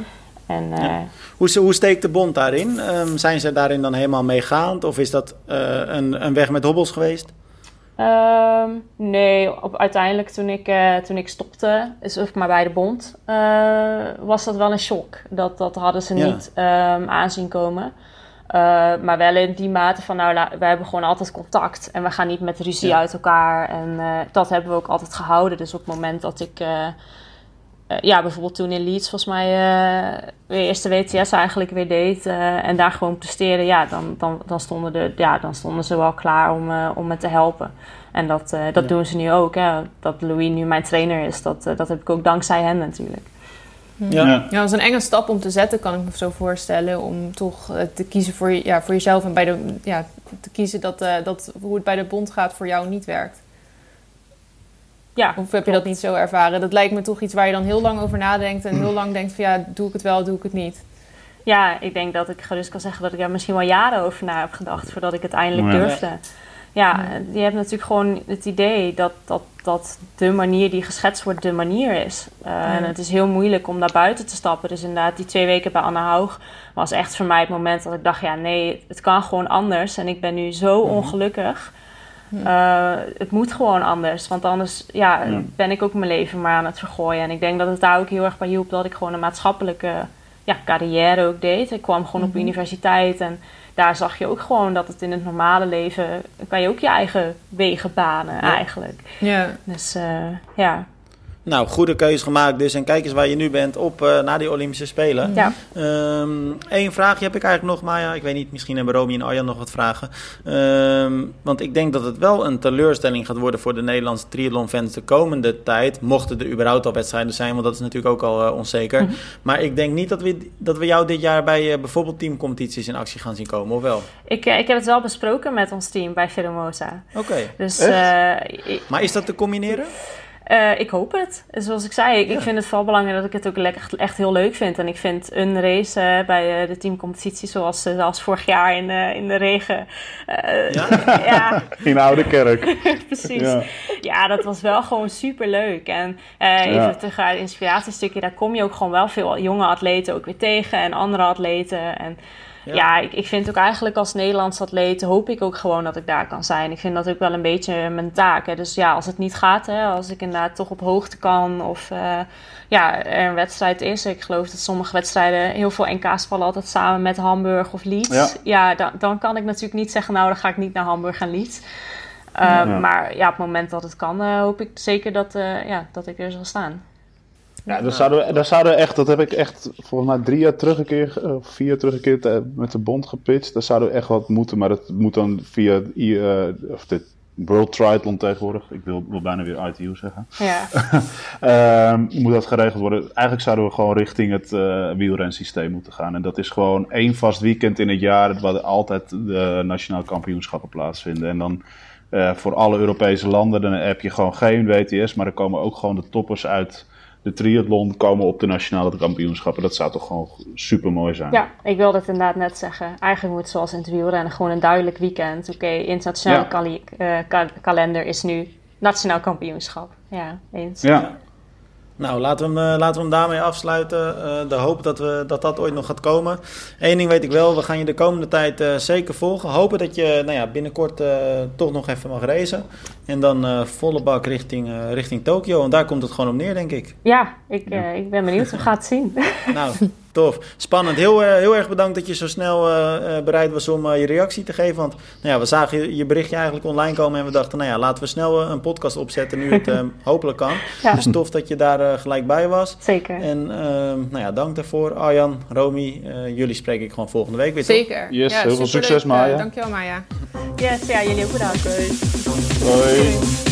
En, uh,
ja. hoe, hoe steekt de bond daarin? Um, zijn ze daarin dan helemaal meegaand? Of is dat uh, een, een weg met hobbels geweest?
Um, nee, op, uiteindelijk toen ik, uh, toen ik stopte, is maar bij de bond, uh, was dat wel een shock. Dat, dat hadden ze ja. niet um, aanzien komen. Uh, maar wel in die mate van, nou, la, we hebben gewoon altijd contact. En we gaan niet met ruzie ja. uit elkaar. En uh, dat hebben we ook altijd gehouden. Dus op het moment dat ik... Uh, Uh, ja, bijvoorbeeld toen in Leeds volgens mij uh, weer eerst de W T S eigenlijk weer deed uh, en daar gewoon presteerde, ja, dan, dan, dan, stonden, de, ja, dan stonden ze wel klaar om, uh, om me te helpen. En dat, uh, dat ja. doen ze nu ook. Hè. Dat Louis nu mijn trainer is, dat, uh, dat heb ik ook dankzij hen natuurlijk.
Ja. Ja. ja, dat is een enge stap om te zetten, kan ik me zo voorstellen. Om toch uh, te kiezen voor, ja, voor jezelf en bij de, ja, te kiezen dat, uh, dat hoe het bij de bond gaat voor jou niet werkt. Ja, of heb je dat niet zo ervaren? Dat lijkt me toch iets waar je dan heel lang over nadenkt en heel lang denkt van ja, doe ik het wel, doe ik het niet.
Ja, ik denk dat ik gerust kan zeggen dat ik daar misschien wel jaren over na heb gedacht voordat ik het eindelijk ja. durfde. Ja, ja, je hebt natuurlijk gewoon het idee dat, dat, dat de manier die geschetst wordt de manier is. Uh, ja. En het is heel moeilijk om naar buiten te stappen. Dus inderdaad, die twee weken bij Anne Haug was echt voor mij het moment dat ik dacht, ja nee, het kan gewoon anders. En ik ben nu zo ja. ongelukkig. Uh, het moet gewoon anders, want anders ja, ja. ben ik ook mijn leven maar aan het vergooien. En ik denk dat het daar ook heel erg bij hielp dat ik gewoon een maatschappelijke ja, carrière ook deed. Ik kwam gewoon mm-hmm. op universiteit en daar zag je ook gewoon dat het in het normale leven kan je ook je eigen wegen banen ja. eigenlijk.
Ja.
Dus uh, ja.
Nou, goede keuze gemaakt dus. En kijk eens waar je nu bent op uh, na die Olympische Spelen.
Ja.
Um, Eén vraagje heb ik eigenlijk nog, Maya. Ik weet niet, misschien hebben Romy en Arjan nog wat vragen. Um, want ik denk dat het wel een teleurstelling gaat worden voor de Nederlandse triathlonfans de komende tijd. Mochten er überhaupt al wedstrijden zijn, want dat is natuurlijk ook al uh, onzeker. Mm-hmm. Maar ik denk niet dat we, dat we jou dit jaar bij uh, bijvoorbeeld teamcompetities in actie gaan zien komen, of wel?
Ik, uh, ik heb het wel besproken met ons team bij Velomosa.
Oké. Okay.
Dus, uh, ik,
maar is dat te combineren?
Uh, ik hoop het. Zoals ik zei, ik, ja. ik vind het vooral belangrijk dat ik het ook lekker, echt heel leuk vind. En ik vind een race uh, bij uh, de teamcompetitie zoals, uh, zoals vorig jaar in, uh, in de regen. Uh,
ja? ja. In Oude Kerk.
Precies. Ja. ja, dat was wel gewoon super leuk. En uh, even ja. terug naar het inspiratiestukje, daar kom je ook gewoon wel veel jonge atleten ook weer tegen en andere atleten. En Ja, ja ik, ik vind ook eigenlijk als Nederlands atleet hoop ik ook gewoon dat ik daar kan zijn. Ik vind dat ook wel een beetje mijn taak. Hè. Dus ja, als het niet gaat, hè, als ik inderdaad toch op hoogte kan of uh, ja, er een wedstrijd is. Ik geloof dat sommige wedstrijden, heel veel N K's vallen altijd samen met Hamburg of Leeds. Ja, ja dan, dan kan ik natuurlijk niet zeggen, nou dan ga ik niet naar Hamburg en Leeds. Uh, ja. Maar ja, op het moment dat het kan, uh, hoop ik zeker dat, uh, ja, dat ik er zal staan.
Ja, daar zouden, we, daar zouden we echt, dat heb ik echt volgens mij drie jaar terug een keer, of vier jaar terug een keer te, met de bond gepitcht. Daar zouden we echt wat moeten, maar dat moet dan via uh, of de World Triathlon tegenwoordig. Ik wil, wil bijna weer I T U zeggen.
Ja.
um, moet dat geregeld worden. Eigenlijk zouden we gewoon richting het uh, wielrensysteem moeten gaan. En dat is gewoon één vast weekend in het jaar waar altijd de nationale kampioenschappen plaatsvinden. En dan uh, voor alle Europese landen, dan heb je gewoon geen W T S, maar er komen ook gewoon de toppers uit de triathlon komen op de nationale kampioenschappen. Dat zou toch gewoon super mooi zijn.
Ja, ik wilde het inderdaad net zeggen. Eigenlijk moet het zoals in het wielrennen gewoon een duidelijk weekend. Oké, okay, internationale ja. kali- uh, ka- kalender is nu nationaal kampioenschap. Ja, eens.
Ja. Ja.
Nou, laten we hem, uh, laten we hem daarmee afsluiten. Uh, de hoop dat, we, dat dat ooit nog gaat komen. Eén ding weet ik wel, we gaan je de komende tijd uh, zeker volgen. Hopen dat je nou ja, binnenkort uh, toch nog even mag racen. En dan uh, volle bak richting, uh, richting Tokio. En daar komt het gewoon op neer, denk ik.
Ja, ik, uh, ik ben benieuwd. We gaan het zien.
Nou, tof. Spannend. Heel, uh, heel erg bedankt dat je zo snel uh, uh, bereid was om uh, je reactie te geven. Want nou ja, we zagen je, je berichtje eigenlijk online komen en we dachten, nou ja, laten we snel uh, een podcast opzetten nu het uh, hopelijk kan. Ja. Dus tof dat je daar uh, gelijk bij was.
Zeker.
En uh, nou ja, dank daarvoor. Arjan, Romy, uh, jullie spreek ik gewoon volgende week weer.
Zeker.
Yes,
ja,
heel veel succes, Maya.
Uh, dankjewel, Maya.
Yes, ja, jullie ook bedankt.
Okay. Hoi.